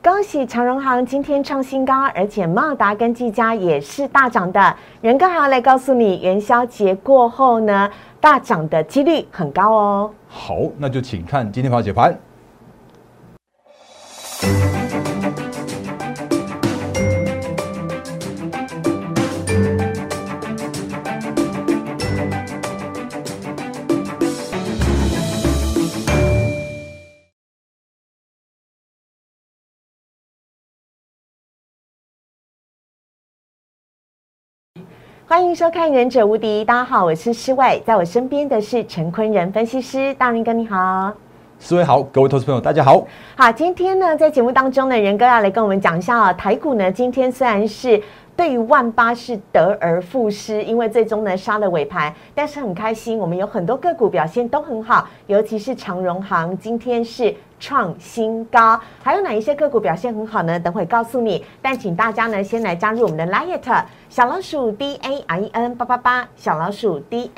恭喜长荣航今天创新高，而且茂达跟技嘉也是大涨的。仁哥还要来告诉你，元宵节过后呢，大涨的几率很高哦。 好，那就请看今天盘解盘。 欢迎收看《忍者无敌》，大家好，我是诗伟，在我身边的是陈坤仁分析师，大仁哥你好。 思维好，各位投资朋友大家好。 好，今天呢，在节目当中呢，仁哥要来跟我们讲一下啊，台股呢，今天虽然是对于18000是得而复失，因为最终呢杀了尾盘，但是很开心，我们有很多个股表现都很好，尤其是长荣航今天是创新高，还有哪一些个股表现很好呢？等会告诉你。但请大家呢先来加入我们的 Line 小老鼠 DAREN888， 小老鼠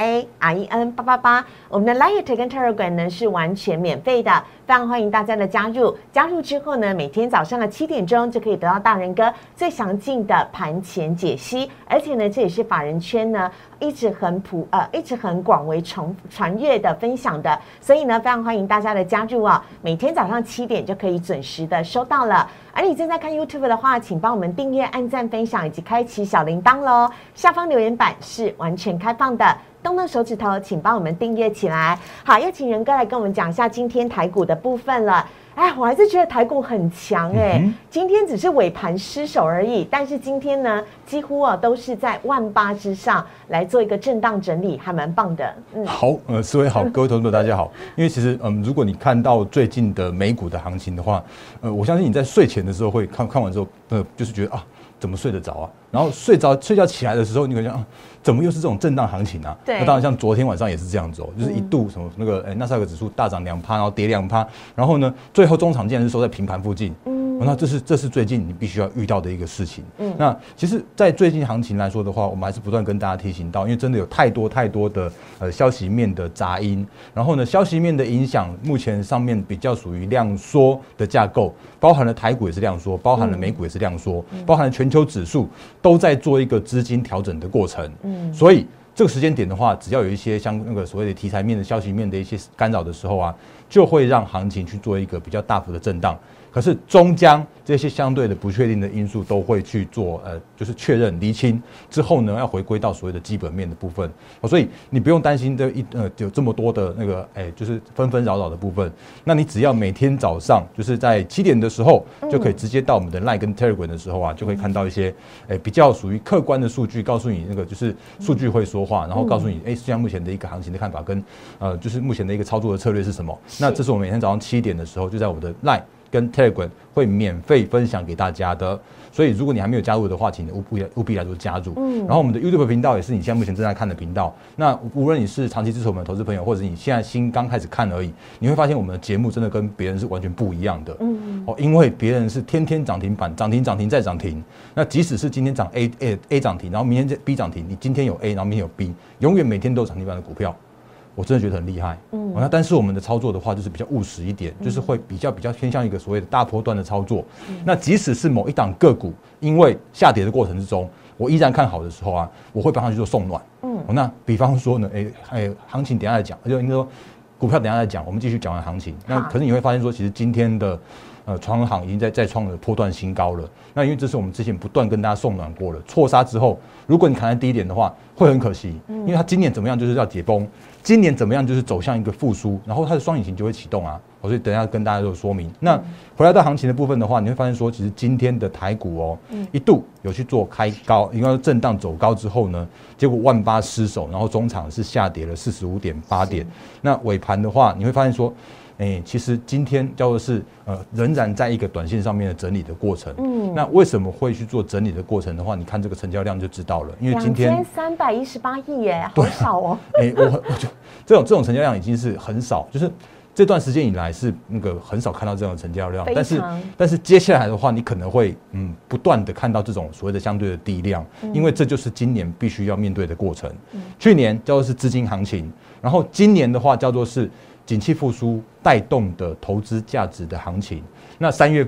DAREN888。我们的 Line 跟 Telegram 呢是完全免费的，非常欢迎大家的加入。加入之后呢，每天早上的7点钟就可以得到大仁哥最详尽的盘前解析，而且呢，这也是法人圈呢一直很广为传阅的分享的，所以呢，非常欢迎大家的加入啊！每天早上7点就可以准时的收到了。而你正在看 YouTube 的话，请帮我们订阅、按赞、分享以及开启小铃铛咯。下方留言板是完全开放的，动动手指头，请帮我们订阅起来。好，要请仁哥来跟我们讲一下今天台股的部分了。哎，我还是觉得台股很强今天只是尾盘失守而已，但是今天呢，几乎都是在18000之上来做一个震荡整理，还蛮棒的。 好，思维好，各位投资者大家好。因为其实如果你看到最近的美股的行情的话，我相信你在睡前的时候会看完之后，就是觉得啊，怎么睡得着啊？然后睡觉起来的时候，你可能想啊，怎么又是这种震荡行情啊？对，那当然像昨天晚上也是这样子就是一度什么那个纳斯达克指数大涨2%，然后跌2%，然后呢，最后中场竟然是收在平盘附近。那这是最近你必须要遇到的一个事情。那其实，在最近行情来说的话，我们还是不断跟大家提醒到，因为真的有太多的消息面的杂音，然后呢，消息面的影响，目前上面比较属于量缩的架构，包含了台股也是量缩，包含了美股也是量缩，包含了全球指数都在做一个资金调整的过程。所以这个时间点的话，只要有一些像那个所谓的题材面的消息面的一些干扰的时候啊，就会让行情去做一个比较大幅的震荡。可是终将这些相对的不确定的因素都会去做就是确认厘清之后呢，要回归到所谓的基本面的部分。所以你不用担心有这么多的那个就是纷纷扰扰的部分。那你只要每天早上就是在7点的时候，就可以直接到我们的 Line 跟 Telegram 的时候啊，就会看到一些比较属于客观的数据，告诉你那个就是数据会说话，然后告诉你实际上目前的一个行情的看法跟就是目前的一个操作的策略是什么。那这是我们每天早上7点的时候就在我们的 Line跟 Telegram 会免费分享给大家的，所以如果你还没有加入的话，请务必来做加入。然后我们的 YouTube 频道也是你现在目前正在看的频道。那无论你是长期支持我们的投资朋友，或者你现在刚开始看而已，你会发现我们的节目真的跟别人是完全不一样的。因为别人是天天涨停板，涨停再涨停。那即使是今天涨 A 涨停，然后明天 B 涨停，你今天有 A， 然后明天有 B， 永远每天都有涨停板的股票。我真的觉得很厉害。那但是我们的操作的话，就是比较务实一点，就是会比较偏向一个所谓的大波段的操作。那即使是某一档个股因为下跌的过程之中，我依然看好的时候啊，我会帮他去做送暖。那比方说呢，行情等一下再讲，就应该说股票等一下再讲，我们继续讲完行情。那可是你会发现说，其实今天的长荣航已经再创了波段新高了。那因为这是我们之前不断跟大家送暖过了，错杀之后，如果你砍在低点的话，会很可惜，因为它今年怎么样就是要解封，今年怎么样就是走向一个复苏，然后它的双引擎就会启动啊。所以等一下跟大家做说明。那回来到行情的部分的话，你会发现说，其实今天的台股一度有去做开高，应该说震荡走高之后呢，结果18000失守，然后中场是下跌了45.8点。那尾盘的话，你会发现说，其实今天叫做是仍然在一个短线上面的整理的过程。那为什么会去做整理的过程的话，你看这个成交量就知道了。因为今天 2318亿耶，好少哦。 我觉得这种成交量已经是很少，就是这段时间以来是那个很少看到这样的成交量。但是接下来的话，你可能会不断的看到这种所谓的相对的低量，因为这就是今年必须要面对的过程。去年叫做是资金行情，然后今年的话叫做是景气复苏带动的投资价值的行情。那3月份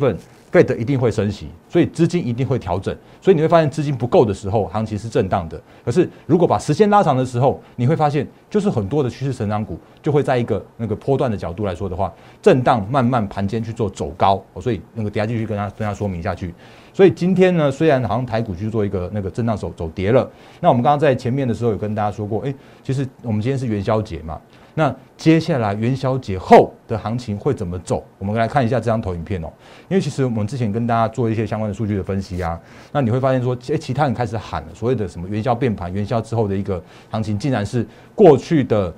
Fed 一定会升息，所以资金一定会调整，所以你会发现资金不够的时候，行情是震荡的。可是如果把时间拉长的时候，你会发现就是很多的趋势成长股就会在一个那个波段的角度来说的话，震荡慢慢盘间去做走高，所以那个等一下继续跟大家说明下去。所以今天呢，虽然好像台股去做一个那个震荡走跌了，那我们刚刚在前面的时候有跟大家说过，其实我们今天是元宵节嘛，那接下来元宵节后的行情会怎么走？我们来看一下这张投影片哦。因为其实我们之前跟大家做一些相关的数据的分析啊，那你会发现说，其他人开始喊了所谓的什么元宵变盘，元宵之后的一个行情，竟然是过去的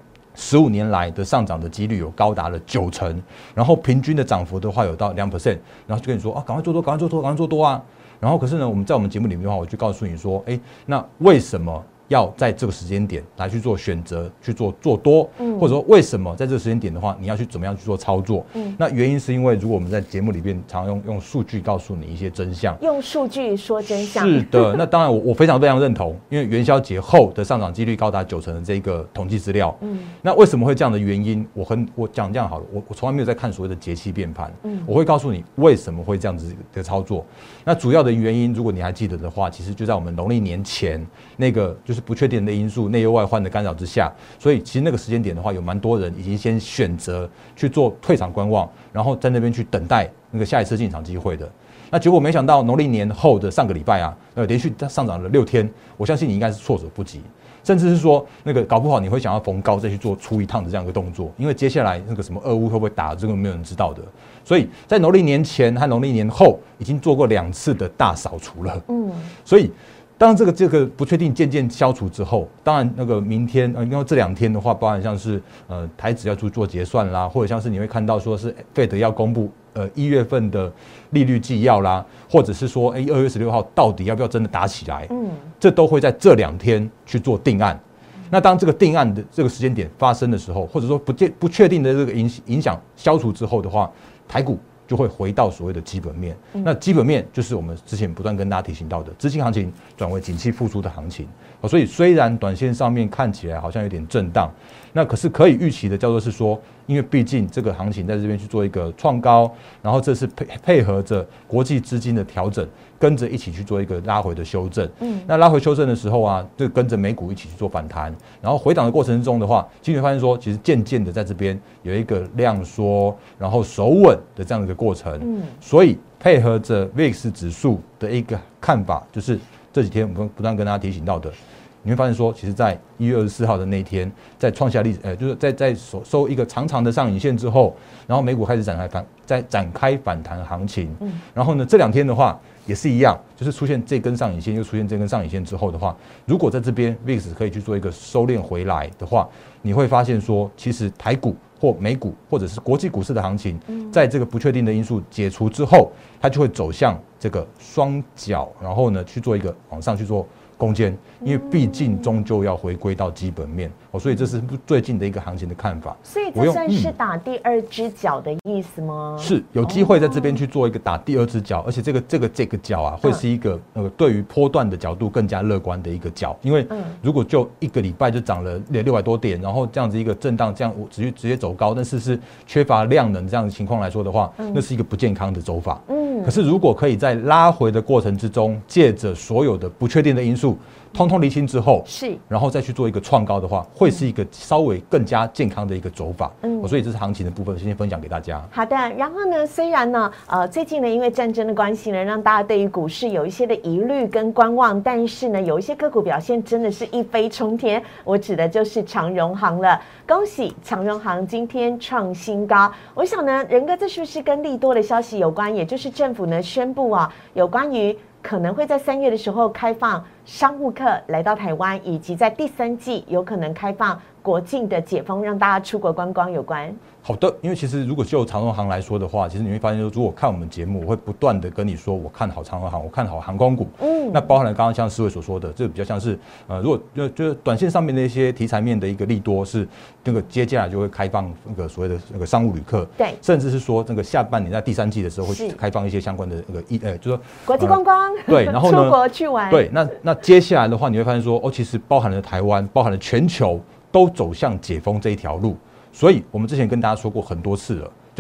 15年来的上涨的几率有高达了90%，然后平均的涨幅的话有到2%，然后就跟你说啊，赶快做多，赶快做多，赶快做多啊。然后可是呢，我们在我们节目里面的话，我就告诉你说，那为什么要在这个时间点来去做选择，去做多，或者说为什么在这个时间点的话，你要去怎么样去做操作？那原因是因为如果我们在节目里面常用数据告诉你一些真相， 用数据说真相。 是的，那当然我非常认同，因为元宵节后的上涨几率高达90%的这个统计资料。那为什么会这样的原因？我讲这样好了，我从来没有在看所谓的节气变盘，我会告诉你为什么会这样子的操作。那主要的原因，如果你还记得的话，其实就在我们农历年前那个就是不确定的因素、内忧外患的干扰之下，所以其实那个时间点的话，有蛮多人已经先选择去做退场观望，然后在那边去等待那个下一次进场机会的。那结果没想到农历年后的上个礼拜啊，连续上涨了6天，我相信你应该是措手不及，甚至是说那个搞不好你会想要逢高再去做出一趟的这样一个动作，因为接下来那个什么俄乌会不会打，这个没有人知道的。所以在农历年前和农历年后已经做过2次的大扫除了。所以当这个不确定渐渐消除之后，当然那个明天因为这2天的话，包含像是台指要去做结算啦，或者像是你会看到说是 Fed 要公布1月份的利率纪要啦，或者是说2月16号到底要不要真的打起来，这都会在这2天去做定案。那当这个定案的这个时间点发生的时候，或者说不确定的这个影响消除之后的话，台股就会回到所谓的基本面。那基本面就是我们之前不断跟大家提醒到的资金行情转为景气复苏的行情。所以虽然短线上面看起来好像有点震荡，那可是可以预期的叫做是说，因为毕竟这个行情在这边去做一个创高，然后这是配合着国际资金的调整，跟着一起去做一个拉回的修正。那拉回修正的时候啊，就跟着美股一起去做反弹，然后回档的过程中的话，其实会发现说，其实渐渐的在这边有一个量缩，然后守稳的这样的一个过程。所以配合着 VIX 指数的一个看法，就是这几天我们不断跟大家提醒到的。你会发现说，其实，在1月24号的那一天，在创下就是在收一个长长的上影线之后，然后美股开始展开反弹行情。然后呢，这2天的话也是一样，就是出现这根上影线，又出现这根上影线之后的话，如果在这边 VIX 可以去做一个收敛回来的话，你会发现说，其实台股或美股或者是国际股市的行情，在这个不确定的因素解除之后，它就会走向这个双脚，然后呢去做一个往上去做攻坚，因为毕竟终究要回归到基本面，所以这是最近的一个行情的看法。 所以这算是打第2只脚的意思吗？ 是有机会在这边去做一个打第2只脚，而且这个脚啊，会是一个对于波段的角度更加乐观的一个脚，因为如果就1个礼拜就涨了600多点，然后这样子一个震荡，这样直接走高，但是缺乏量能这样的情况来说的话，那是一个不健康的走法。可是如果可以在拉回的过程之中，借着所有的不确定的因素通通厘清之后，然后再去做一个创高的话，会是一个稍微更加健康的一个走法。所以这是行情的部分，先分享给大家。 好的，然后呢，虽然呢，最近呢，因为战争的关系呢，让大家对于股市有一些的疑虑跟观望，但是呢，有一些个股表现真的是一飞冲天。我指的就是长荣航了，恭喜长荣航今天创新高。我想呢，仁哥，这是不是跟利多的消息有关？也就是政府呢宣布啊，有关于可能会在3月的时候开放商务客来到台湾，以及在第3季有可能开放国境的解封，让大家出国观光有关。 好的，因为其实如果就长荣航来说的话，其实你会发现说，如果看我们节目，我会不断的跟你说，我看好长荣航，我看好航空股。那包含了刚刚像思维所说的，这个比较像是如果就是短线上面的一些题材面的一个利多，是那个接下来就会开放那个所谓的那个商务旅客， 对，甚至是说那个下半年在第3季的时候会开放一些相关的那个就是说国际观光， 对，然后呢出国去玩， 对，那接下来的话，你会发现说，其实包含了台湾，包含了全球都走向解封这一条路。所以我们之前跟大家说过很多次了，就是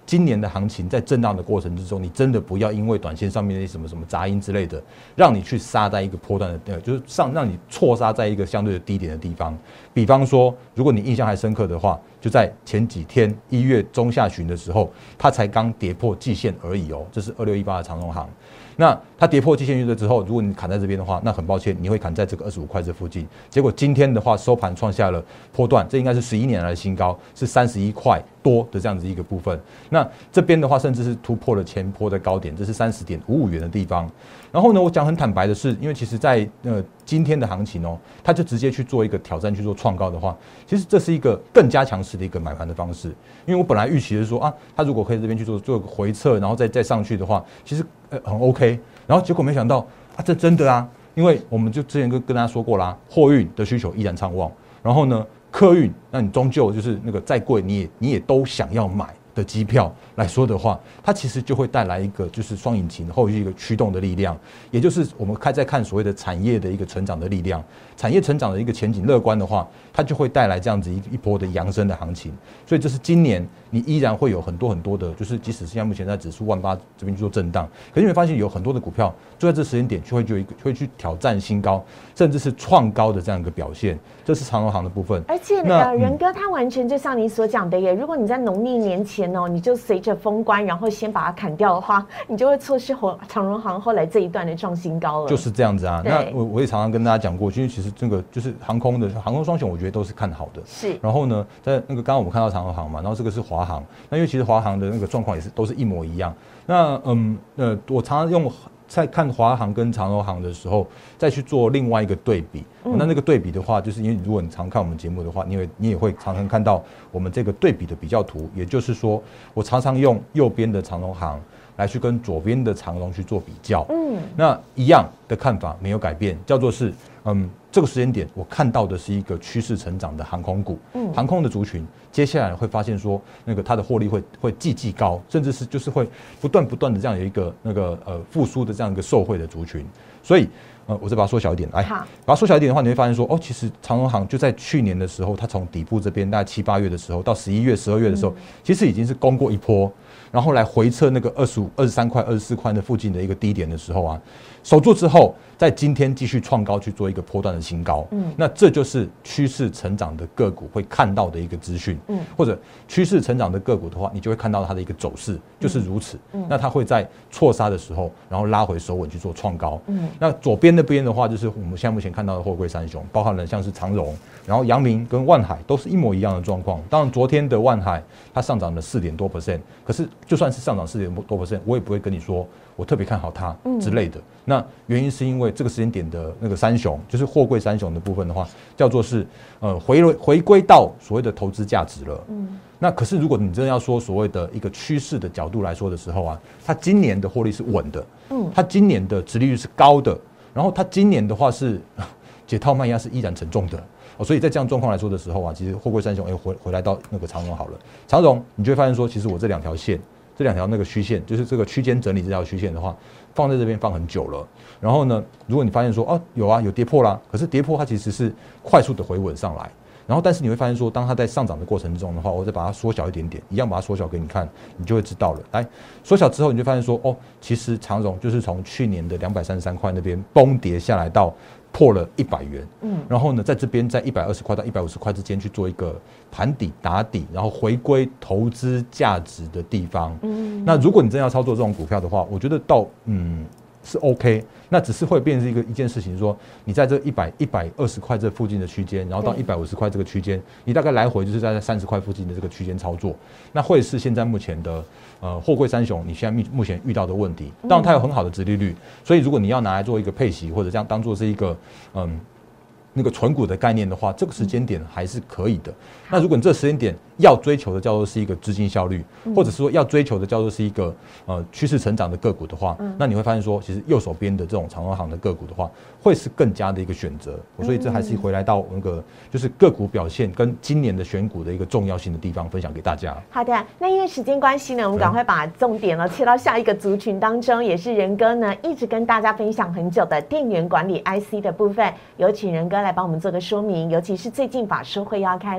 今年的行情在震荡的过程之中，你真的不要因为短线上面的什么杂音之类的，让你去杀在一个波段的，就是让你错杀在一个相对的低点的地方。比方说，如果你印象还深刻的话，就在前几天1月中下旬的时候，它才刚跌破季线而已哦，这是2618的长荣航。那它跌破季线之后，如果你砍在这边的话，那很抱歉，你会砍在这个25块这附近。结果今天的话，收盘创下了波段，这应该是11年来的新高，是31块多的这样子一个部分。那这边的话，甚至是突破了前波的高点，这是30.55元的地方。然后呢，我讲很坦白的是，因为其实在今天的行情哦，它就直接去做一个挑战，去做创高的话，其实这是一个更加强势的一个买盘的方式。因为我本来预期的是说啊，它如果可以这边去做个回撤，然后再上去的话，其实很 OK。然后结果没想到啊，这真的啊，因为我们就之前跟大家说过啦，货运的需求依然畅旺，然后呢，客运，那你终究就是那个再贵你也都想要买的机票来说的话，它其实就会带来一个就是双引擎后续一个驱动的力量，也就是我们在看所谓的产业的一个成长的力量，产业成长的一个前景乐观的话，它就会带来这样子一波的扬升的行情。所以这是今年你依然会有很多的，就是即使是像目前在指数18000这边去做震荡，可是你会发现有很多的股票就在这时间点就会去挑战新高，甚至是创高的这样一个表现。这是长荣航的部分。 而且仁哥他完全就像你所讲的耶，如果你在农历年前哦，你就随着封关，然后先把它砍掉的话，你就会错失长荣航后来这一段的创新高了。就是这样子啊。那我也常常跟大家讲过，因为其实这个就是航空双雄，我觉得都是看好的。 是。 然后呢，在那个刚刚我们看到长荣航嘛，然后这个是华航。那因为其实华航的那个状况都是一模一样。那我常常在看华航跟长荣航的时候，再去做另外一个对比。那个对比的话，就是因为如果你常看我们节目的话，你也会常常看到我们这个对比的比较图。也就是说，我常常用右边的长荣航来去跟左边的长荣去做比较。那一样的看法没有改变，叫做是这个时间点我看到的是一个趋势成长的航空股，航空的族群，接下来会发现说那个它的获利会季高，甚至是就是会不断的这样有一个复苏的这样一个受惠的族群。所以我再把它缩小一点，来，把它缩小一点的话，你会发现说其实长荣航就在去年的时候，它从底部这边大概7、8月的时候到11月、12月的时候，其实已经是攻过一波，然后来回测那个25、23块、24块的附近的一个低点的时候啊，守住之后，在今天继续创高去做一个波段的新高。那这就是趋势成长的个股会看到的一个资讯。或者趋势成长的个股的话，你就会看到它的一个走势就是如此。那它会在错杀的时候，然后拉回守稳去做创高。那左边那边的话，就是我们现在目前看到的货柜三雄，包含了像是长荣，然后阳明跟万海都是一模一样的状况。当然，昨天的万海它上涨了4%多，可是就算是上涨4%多，我也不会跟你说我特别看好它之类的。那原因是因为这个时间点的那个三雄，就是货柜三雄的部分的话，叫做是回归到所谓的投资价值了。那可是如果你真的要说所谓的一个趋势的角度来说的时候啊，它今年的获利是稳的，它今年的殖利率是高的，然后它今年的话是解套卖压是依然沉重的。所以在这样状况来说的时候啊，其实货柜三雄回来到那个长荣好了，长荣你就会发现说，其实我这两条线，这两条那个虚线，就是这个区间整理这条虚线的话，放在这边放很久了。然后呢，如果你发现说有跌破啦，可是跌破它其实是快速的回稳上来。然后但是你会发现说，当它在上涨的过程中的话，我再把它缩小一点点，一样把它缩小给你看，你就会知道了。来，缩小之后你就发现说，其实长荣就是从去年的233块那边崩跌下来到破了100元，然后呢，在这边在120块到150块之间去做一个盘底打底，然后回归投资价值的地方。那如果你真要操作这种股票的话，我觉得到是 OK， 那只是会变成一件事情，说你在这120块这附近的区间，然后到150块这个区间，你大概来回就是在30块附近的这个区间操作，那会是现在目前的货柜三雄你现在目前遇到的问题。当然它有很好的殖利率，所以如果你要拿来做一个配息，或者这样当做是一个那个存股的概念的话，这个时间点还是可以的。那如果你这个时间点要追求的叫做是一个资金效率，或者说要追求的叫做是一个趋势成长的个股的话，那你会发现说，其实右手边的这种长荣航的个股的话，会是更加的一个选择。所以这还是回来到那个就是个股表现跟今年的选股的一个重要性的地方，分享给大家。 好的，那因为时间关系呢，我们赶快把重点切到下一个族群当中，也是仁哥呢一直跟大家分享很久的电源管理 IC 的部分，有请仁哥来帮我们做个说明，尤其是最近法说会要开了。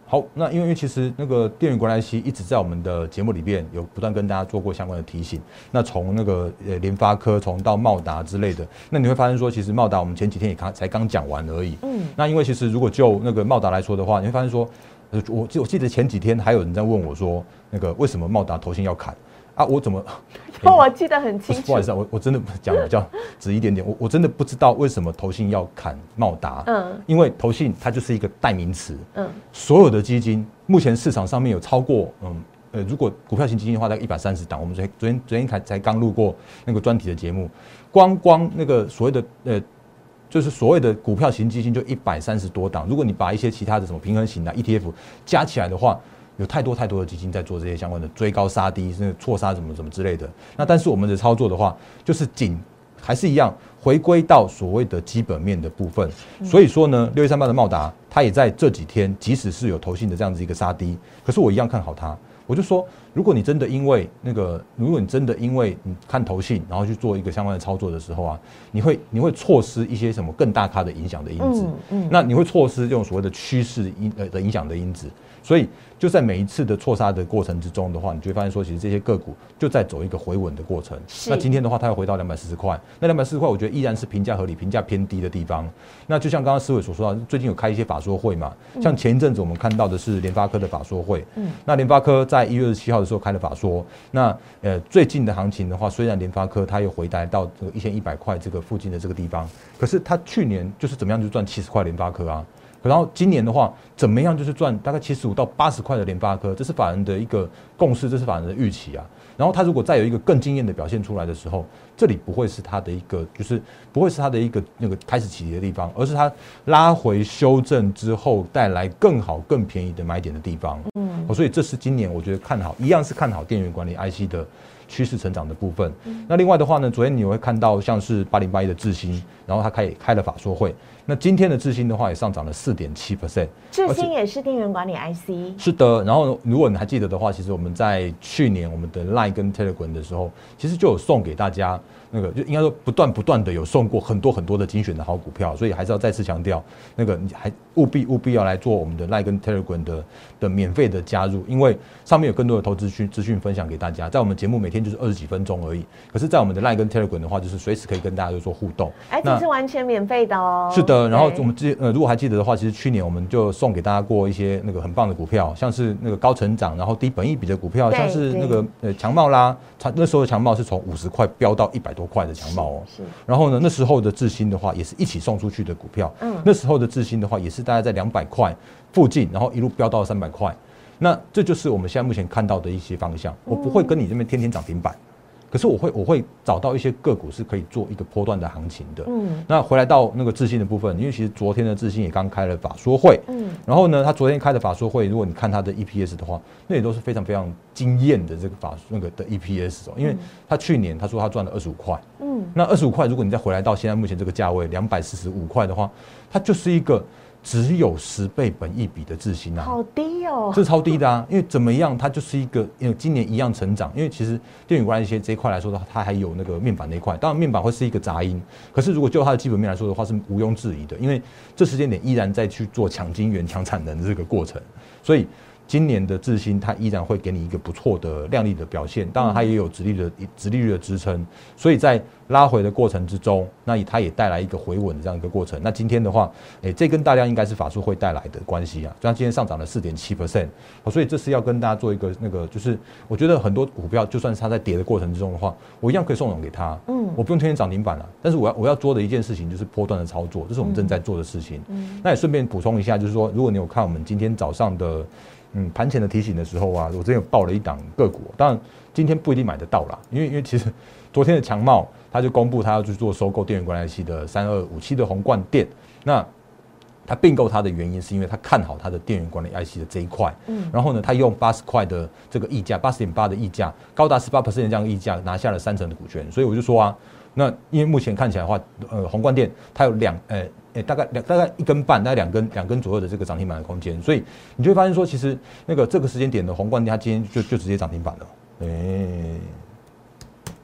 好，那因为其实那个电源管理 IC 一直在我们的节目里面有不断跟大家做过相关的提醒。那从那个联发科，从到茂达之类的，那你会发现说，其实茂达我们前几天也才刚讲完而已。那因为其实如果就那个茂达来说的话，你会发现说，我记得前几天还有人在问我说，那个为什么茂达投信要砍啊？我怎么？ 我记得很清楚。 不好意思啊，我真的讲比较直一点点，我真的不知道为什么投信要砍茂达。因为投信它就是一个代名词。所有的基金目前市场上面有超过如果股票型基金的话，大概130档。我们昨天才刚录过那个专题的节目，光那个所谓的就是所谓的股票型基金就130多档。如果你把一些其他的什么平衡型的 ETF 加起来的话，有太多的基金在做这些相关的追高杀低、那个错杀什么之类的。那但是我们的操作的话，就是还是一样回归到所谓的基本面的部分。所以说呢，6月38的茂达，它也在这几天，即使是有投信的这样子一个杀低，可是我一样看好它。我就说，如果你真的因为你看投信，然后去做一个相关的操作的时候啊，你会错失一些什么更大咖的影响的因子。那你会错失这种所谓的趋势的影响的因子。所以就在每一次的错杀的过程之中的话，你就会发现说，其实这些个股就在走一个回稳的过程。那今天的话，它要回到240块，那240块，我觉得依然是评价合理、评价偏低的地方。那就像刚刚思伟所说的，最近有开一些法说会嘛，像前一阵子我们看到的是联发科的法说会。那联发科在1月27号的时候开了法说。那最近的行情的话，虽然联发科它又回来到这个1100块这个附近的这个地方，可是它去年就是怎么样就赚70块联发科啊。然后今年的话，怎么样就是赚大概75到80块的联发科，这是法人的一个共识，这是法人的预期啊。然后他如果再有一个更惊艳的表现出来的时候，这里不会是他的一个，就是不会是他的一个那个开始起跌的地方，而是他拉回修正之后带来更好、更便宜的买点的地方。所以这是今年我觉得看好，一样是看好电源管理 IC 的趋势成长的部分。那另外的话呢，昨天你会看到像是8081的智新，然后他开了法说会。那今天的智新的话也上涨了4.7%， 智新也是电源管理 IC。是的，然后如果你还记得的话，其实我们在去年我们的 Line 跟 Telegram 的时候，其实就有送给大家那个，就应该说不断的有送过很多的精选的好股票，所以还是要再次强调，那个你还务必要来做我们的 Line 跟 Telegram 的免费的加入，因为上面有更多的投资资讯分享给大家。在我们节目每天就是20几分钟而已，可是在我们的 Line 跟 Telegram 的话，就是随时可以跟大家做互动， 而且是完全免费的哦。 是的。然后我们如果还记得的话，其实去年我们就送给大家过一些那个很棒的股票，像是那个高成长，然后低本益比的股票，像是那个强茂啦，那时候的强茂是从50块飙到100多块的强茂哦。然后呢，那时候的智新的话也是一起送出去的股票，那时候的智新的话也是大概在200块附近，然后一路飙到300块。那这就是我们现在目前看到的一些方向。我不会跟你这边天天涨停板。可是我会找到一些个股是可以做一个波段的行情的。那回来到那个智新的部分，因为其实昨天的智新也刚开了法说会。然后呢，他昨天开的法说会，如果你看他的 EPS 的话，那也都是非常非常惊艳的这个那个的 EPS 哦。因为他去年他说他赚了25块。那25块，如果你再回来到现在目前这个价位245块的话，它就是一个只有10倍本益比的智新啊， 好低哦， 这超低的啊！因为怎么样，它就是一个，因为今年一样成长。因为其实电源管理这一块来说的话，它还有那个面板那一块，当然面板会是一个杂音，可是如果就它的基本面来说的话，是毋庸置疑的。因为这时间点依然在去做抢晶圆、抢产能的这个过程，所以今年的智新它依然会给你一个不错的亮丽的表现。当然它也有殖利率的支撑，所以在拉回的过程之中，那它也带来一个回稳的这样一个过程。那今天的话，这跟大量应该是法说会带来的关系啊，所以它今天上涨了4.7%，所以这是要跟大家做一个那个，就是我觉得很多股票就算是它在跌的过程之中的话，我一样可以送融给它，我不用天天涨停板了，但是我要做的一件事情就是波段的操作，这是我们正在做的事情。那也顺便补充一下，就是说，如果你有看我们今天早上的盘前的提醒的时候啊，我之前有报了一档个股，当然今天不一定买得到啦，因为其实昨天的强茂他就公布他要去做收购电源管理器的3257的宏冠电，那他并购它的原因是因为他看好它的电源管理 IC 的这一块，然后呢，他用80块的这个溢价，80.8的溢价，高达18%的这样的溢价拿下了3成的股权，所以我就说啊，那因为目前看起来的话，宏冠电它有大概1根半，大概两根左右的这个涨停板的空间，所以你就会发现说，其实那个这个时间点的宏冠电，它今天就直接涨停板了，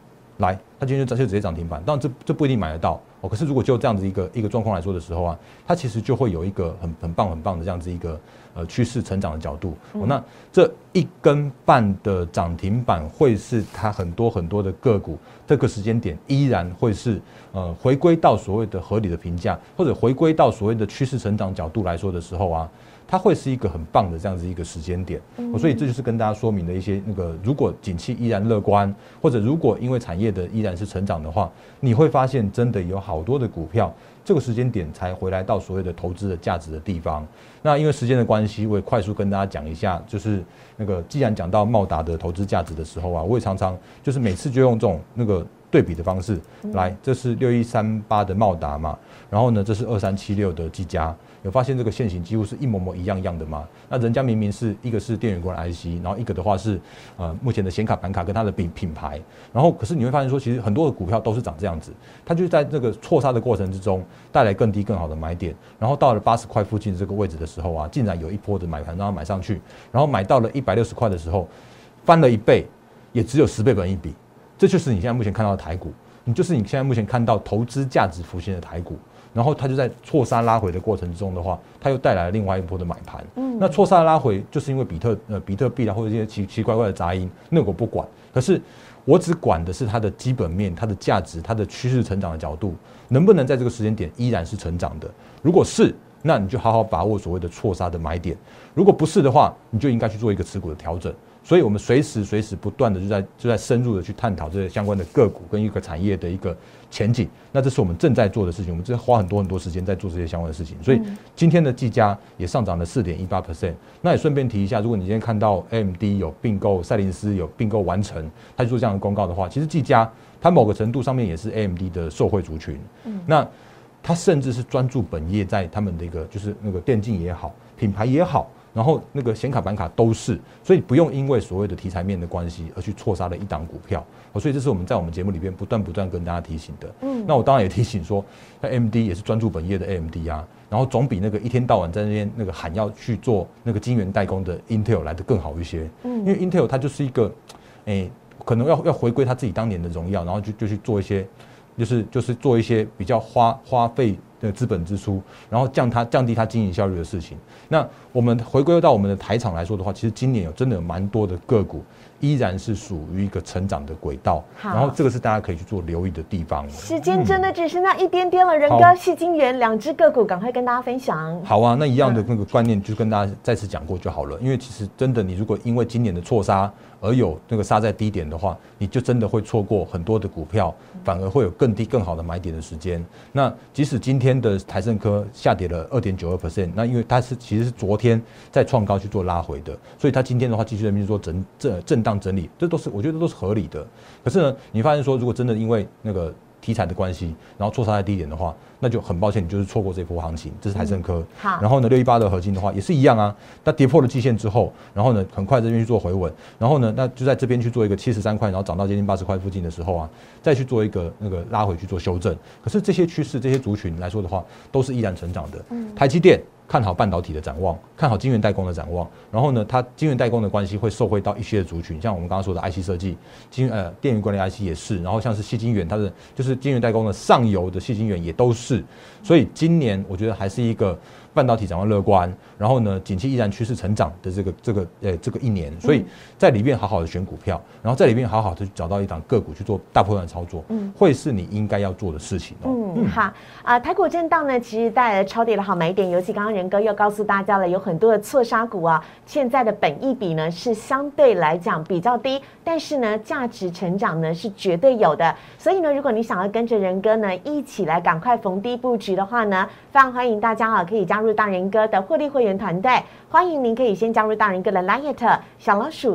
来，它今天就直接涨停板，当然这不一定买得到哦。可是如果就这样子一个状况来说的时候啊，它其实就会有一个很棒的这样子一个趋势成长的角度。那这1根半的涨停板会是它很多的个股这个时间点依然会是回归到所谓的合理的评价，或者回归到所谓的趋势成长角度来说的时候啊，它会是一个很棒的这样子一个时间点。所以这就是跟大家说明的一些如果景气依然乐观，或者如果因为产业的依然是成长的话，你会发现真的有好多的股票这个时间点才回来到所谓的投资的价值的地方。那因为时间的关系，我也快速跟大家讲一下，就是既然讲到茂达的投资价值的时候啊，我也常常就是每次就用这种对比的方式来，这是6138的茂达嘛，然后呢这是2376的技嘉，有发现这个线型几乎是一模模一样的吗？那人家明明是一个是电源管 IC， 然后一个的话是目前的显卡板卡跟它的品牌，然后可是你会发现说，其实很多的股票都是长这样子，它就是在这个错杀的过程之中带来更低更好的买点，然后到了80块附近这个位置的时候啊，竟然有一波的买盘让它买上去，然后买到了160块的时候，翻了1倍，也只有10倍本益比。这就是你现在目前看到的台股，你现在目前看到投资价值浮现的台股，然后它就在错杀拉回的过程中的话，它又带来了另外一波的买盘。那错杀拉回就是因为比特币啦，或者一些奇奇怪怪的杂音，那我不管。可是我只管的是它的基本面、它的价值、它的趋势成长的角度，能不能在这个时间点依然是成长的？如果是，那你就好好把握所谓的错杀的买点；如果不是的话，你就应该去做一个持股的调整。所以我们随时不断的就在深入的去探讨这些相关的个股跟一个产业的一个前景。那这是我们正在做的事情，我们正花很多时间在做这些相关的事情。所以今天的技嘉也上涨了4.18%。那也顺便提一下，如果你今天看到 AMD 有并购，赛灵思有并购完成，他去做这样的公告的话，其实技嘉它某个程度上面也是 AMD 的受惠族群。那它甚至是专注本业在他们的一个就是电竞也好，品牌也好。然后显卡板卡都是，所以不用因为所谓的题材面的关系而去错杀了一档股票。所以这是我们在我们节目里边不断跟大家提醒的。那我当然也提醒说，AMD 也是专注本业的 AMD 啊，然后总比一天到晚在那边喊要去做晶圆代工的 Intel 来得更好一些。因为 Intel 它就是一个，可能要回归它自己当年的荣耀，然后就去做一些，就是做一些比较花费的资本支出，然后降低它经营效率的事情。那我们回归到我们的台厂来说的话，其实今年真的有蛮多的个股依然是属于一个成长的轨道，然后这个是大家可以去做留意的地方。 时间真的只剩下一点点了，仁哥、矽晶圆2只个股，赶快跟大家分享。 好啊，那一样的观念就跟大家再次讲过就好了。因为其实真的，你如果因为今年的错杀而有杀在低点的话，你就真的会错过很多的股票，反而会有更低更好的买点的时间。那即使今天的台胜科下跌了2.92%，那因为它其实是昨天在创高去做拉回的，所以它今天的话继续在那边做震荡整理，这都是我觉得都是合理的。可是呢，你发现说如果真的因为题材的关系，然后错杀在低点的话，那就很抱歉，你就是错过这波行情。这是台胜科。然后呢，618的合金的话也是一样啊，它跌破了季线之后，然后呢很快这边去做回稳，然后呢那就在这边去做一个73块，然后涨到接近80块附近的时候啊，再去做一个拉回去做修正。可是这些趋势、这些族群来说的话，都是依然成长的。台积电看好半导体的展望，看好晶圆代工的展望，然后呢，它晶圆代工的关系会受惠到一些的族群，像我们刚刚说的 IC 设计、电源管理 IC 也是，然后像是矽晶圆，它的就是晶圆代工的上游的矽晶圆也都是，所以今年我觉得还是一个半导体展望乐观，然后呢，景气依然趋势成长的这个一年，所以在里面好好的选股票，然后在里面好好的去找到一档个股去做大波段操作，会是你应该要做的事情哦。 好台股震荡呢，其实带来了超跌的好买点，尤其刚刚仁哥又告诉大家了，有很多的错杀股啊，现在的本益比呢是相对来讲比较低，但是呢价值成长呢是绝对有的。所以呢，如果你想要跟着仁哥呢一起来赶快逢低布局的话呢，非常欢迎大家可以加入大仁哥的获利会员团队。欢迎您可以先加入大仁哥的 LINE 小老鼠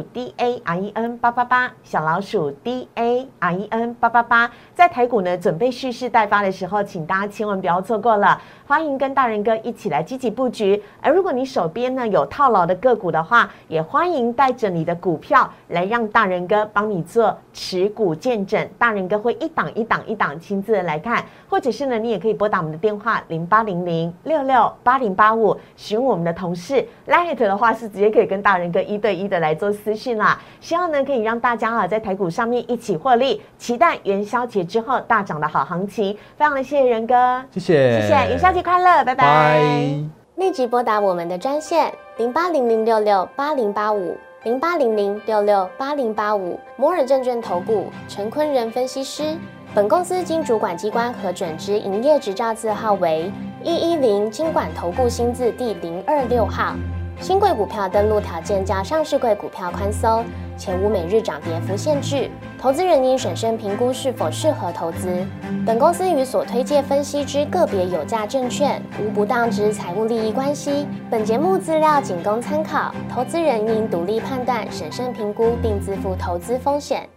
DAREN888 小老鼠 DAREN888，在台股呢准备蓄势待发的时候，请大家千万不要错过了。欢迎跟大仁哥一起来积极布局。而如果你手边呢有套牢的个股的话，也欢迎带着你的股票来让大仁哥帮你做持股见证，大仁哥会一档一档亲自的来看，或者是呢你也可以拨打我们的电话0800668888 8085，使用我们的同事 Line 的话是直接可以跟大人哥1对1的来做私讯啦。希望呢可以让大家在台股上面一起获利，期待元宵节之后大涨的好行情。非常的谢谢仁哥， 谢谢， 谢谢，元宵节快乐，拜拜。 立即拨打我们的专线0800668085，0800668085，摩尔证券投顾陈坤仁分析师。本公司经主管机关核准之营业执照字号为110金管投顾新字第026号。新贵股票登录条件较上市贵股票宽松，且无每日涨跌幅限制。投资人应审慎评估是否适合投资。本公司与所推介分析之个别有价证券无不当之财务利益关系。本节目资料仅供参考，投资人应独立判断、审慎评估并自负投资风险。